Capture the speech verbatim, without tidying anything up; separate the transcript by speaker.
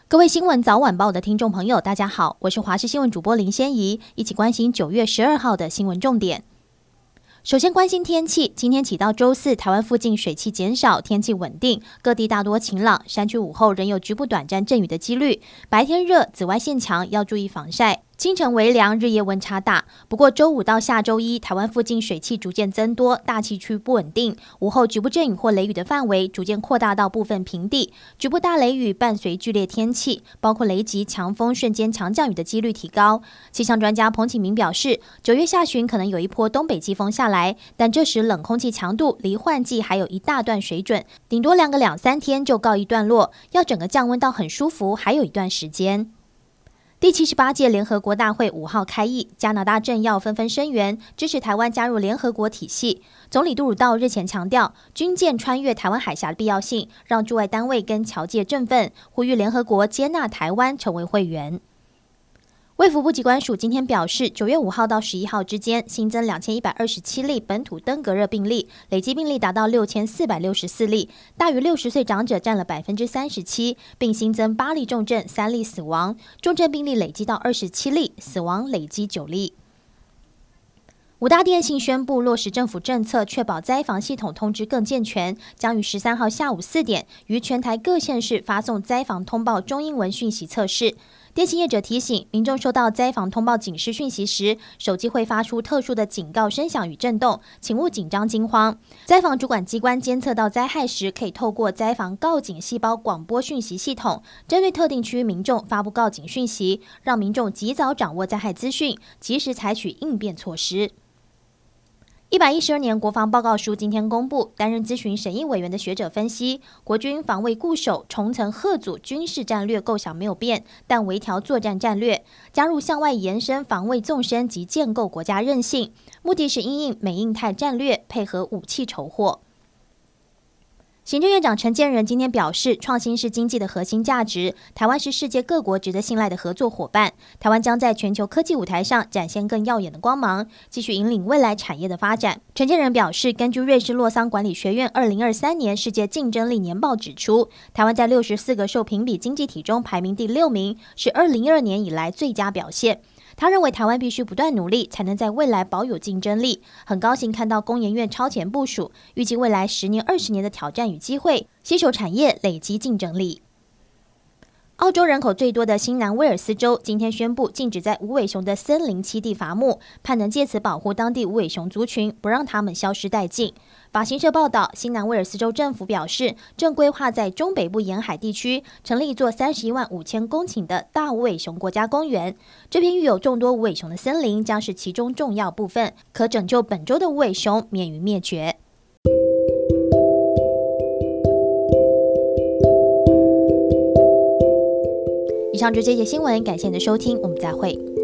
Speaker 1: 各位新闻早晚报的听众朋友，大家好，我是华视新闻主播林仙怡，一起关心九月十二号的新闻重点。首先关心天气，今天起到周四，台湾附近水汽减少，天气稳定，各地大多晴朗，山区午后仍有局部短暂阵雨的几率。白天热，紫外线强，要注意防晒。清晨微凉，日夜温差大。不过周五到下周一，台湾附近水汽逐渐增多，大气区不稳定，午后局部阵雨或雷雨的范围逐渐扩大到部分平地，局部大雷雨伴随剧烈天气，包括雷击、强风、瞬间强降雨的几率提高。气象专家彭启明表示，九月下旬可能有一波东北季风下来，但这时冷空气强度离换季还有一大段水准，顶多凉个两三天就告一段落，要整个降温到很舒服，还有一段时间。第七十八届联合国大会五号开议，加拿大政要纷纷声援，支持台湾加入联合国体系。总理杜鲁道日前强调，军舰穿越台湾海峡的必要性，让驻外单位跟侨界振奋，呼吁联合国接纳台湾成为会员。卫福部疾管署今天表示，九月五号到十一号之间新增两千一百二十七例本土登革热病例，累计病例达到六千四百六十四例，大于六十岁长者占了百分之三十七，并新增八例重症，三例死亡，重症病例累计到二十七例，死亡累计九例。五大电信宣布落实政府政策，确保灾防系统通知更健全，将于十三号下午四点于全台各县市发送灾防通报中英文讯息测试。电信业者提醒，民众收到灾防通报警示讯息时，手机会发出特殊的警告声响与震动，请勿紧张惊慌。灾防主管机关监测到灾害时，可以透过灾防告警细胞广播讯息系统，针对特定区域民众发布告警讯息，让民众及早掌握灾害资讯，及时采取应变措施。一百一十二年国防报告书今天公布，担任咨询审议委员的学者分析，国军防卫固守、重层吓阻军事战略构想没有变，但微调作战战略，加入向外延伸防卫纵深及建构国家韧性，目的是因应美印泰战略，配合武器筹获。行政院长陈建仁今天表示，创新是经济的核心价值，台湾是世界各国值得信赖的合作伙伴，台湾将在全球科技舞台上展现更耀眼的光芒，继续引领未来产业的发展。陈建仁表示，根据瑞士洛桑管理学院二零二三年世界竞争力年报指出，台湾在六十四个受评比经济体中排名第六名，是二零一二年以来最佳表现。他认为台湾必须不断努力，才能在未来保有竞争力。很高兴看到工研院超前部署，预计未来十年、二十年的挑战与机会，携手产业累积竞争力。澳洲人口最多的新南威尔斯州今天宣布禁止在无尾熊的森林栖地伐木，盼能借此保护当地无尾熊族群，不让它们消失殆尽。法新社报道，新南威尔斯州政府表示，正规划在中北部沿海地区成立一座三十一万五千公顷的大无尾熊国家公园。这片育有众多无尾熊的森林将是其中重要部分，可拯救本州的无尾熊免于灭绝。以上就这些新闻，感谢你的收听，我们再会。